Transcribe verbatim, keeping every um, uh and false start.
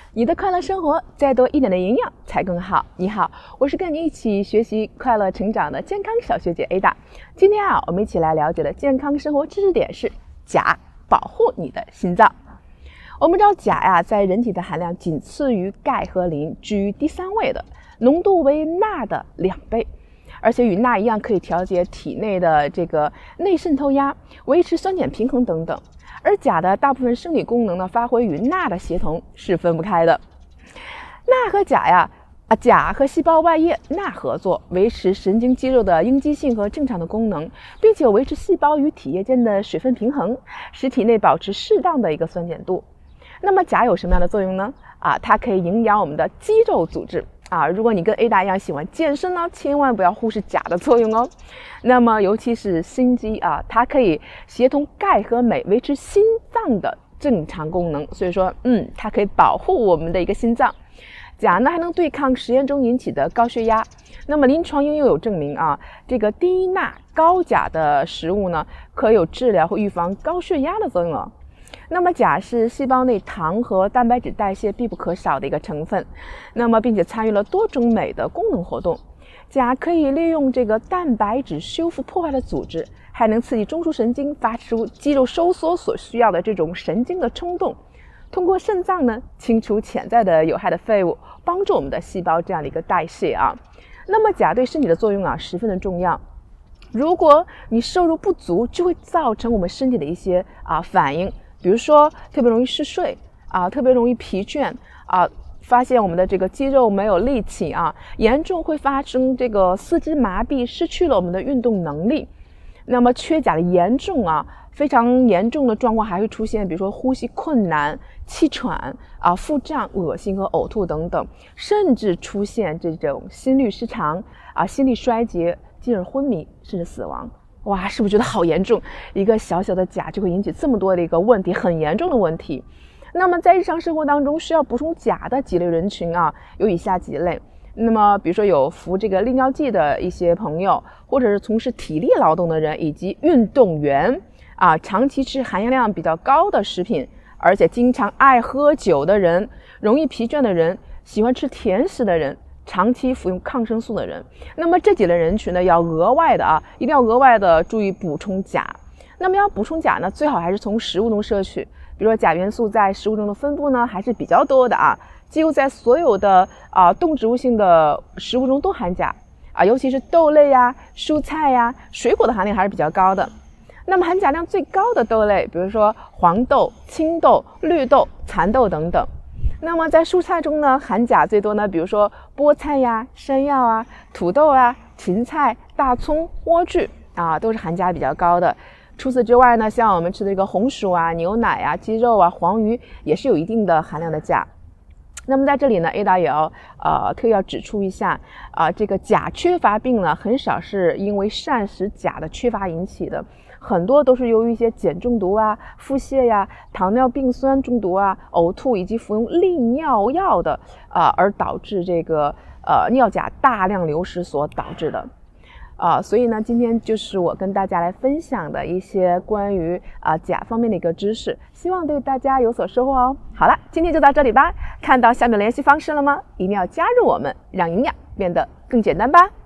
你的快乐生活，再多一点的营养才更好。你好，我是跟你一起学习快乐成长的健康小学姐 Ada。今天啊，我们一起来了解的健康生活知识点是钾保护你的心脏。我们知道钾呀、啊，在人体的含量仅次于钙和磷，居于第三位的，浓度为钠的两倍。而且与钠一样，可以调节体内的这个内渗透压，维持酸碱平衡等等。而钾的大部分生理功能呢，发挥与钠的协同是分不开的。钠和钾呀，啊，钾和细胞外液钠合作，维持神经肌肉的应激性和正常的功能，并且维持细胞与体液间的水分平衡，使体内保持适当的一个酸碱度。那么钾有什么样的作用呢？啊，它可以营养我们的肌肉组织。啊，如果你跟 Ada 一样喜欢健身呢，千万不要忽视钾的作用哦。那么尤其是心肌啊，它可以协同钙和镁，维持心脏的正常功能。所以说，嗯，它可以保护我们的一个心脏。钾呢还能对抗实验中引起的高血压。那么临床应用有证明啊，这个低钠高钾的食物呢，可有治疗或预防高血压的作用哦。那么钾是细胞内糖和蛋白质代谢必不可少的一个成分，那么并且参与了多种镁的功能活动。钾可以利用这个蛋白质修复破坏的组织，还能刺激中枢神经发出肌肉收缩所需要的这种神经的冲动，通过肾脏呢清除潜在的有害的废物，帮助我们的细胞这样的一个代谢啊。那么钾对身体的作用啊十分的重要。如果你摄入不足，就会造成我们身体的一些啊反应。比如说特别容易嗜睡啊，特别容易疲倦啊，发现我们的这个肌肉没有力气啊，严重会发生这个四肢麻痹，失去了我们的运动能力。那么缺钾的严重啊，非常严重的状况还会出现，比如说呼吸困难、气喘啊、腹胀、恶心和呕吐等等，甚至出现这种心律失常啊、心力衰竭，进而昏迷甚至死亡。哇，是不是觉得好严重？一个小小的钾就会引起这么多的一个问题，很严重的问题。那么在日常生活当中需要补充钾的几类人群啊，有以下几类。那么比如说有服这个利尿剂的一些朋友，或者是从事体力劳动的人，以及运动员啊，长期吃含盐量比较高的食品，而且经常爱喝酒的人，容易疲倦的人，喜欢吃甜食的人，长期服用抗生素的人。那么这几类人群呢，要额外的啊，一定要额外的注意补充钾。那么要补充钾呢，最好还是从食物中摄取。比如说钾元素在食物中的分布呢，还是比较多的啊，几乎在所有的啊动植物性的食物中都含钾啊，尤其是豆类呀、蔬菜呀、水果的含量还是比较高的。那么含钾量最高的豆类，比如说黄豆、青豆、绿豆、蚕豆等等。那么在蔬菜中呢，含钾最多呢，比如说菠菜呀、山药啊、土豆啊、芹菜、大葱、莴苣啊，都是含钾比较高的。除此之外呢，像我们吃的这个红薯啊、牛奶啊、鸡肉啊、黄鱼，也是有一定的含量的钾。那么在这里呢 ，Ada 也要呃特意要指出一下啊、呃，这个钾缺乏病呢，很少是因为膳食钾的缺乏引起的。很多都是由于一些碱中毒啊、腹泻呀、糖尿病酸中毒啊、呕吐以及服用利尿药的啊、呃、而导致这个呃尿钾大量流失所导致的。啊、呃，所以呢，今天就是我跟大家来分享的一些关于啊、呃、钾方面的一个知识，希望对大家有所收获哦。好了，今天就到这里吧。看到下面联系方式了吗？一定要加入我们，让营养变得更简单吧。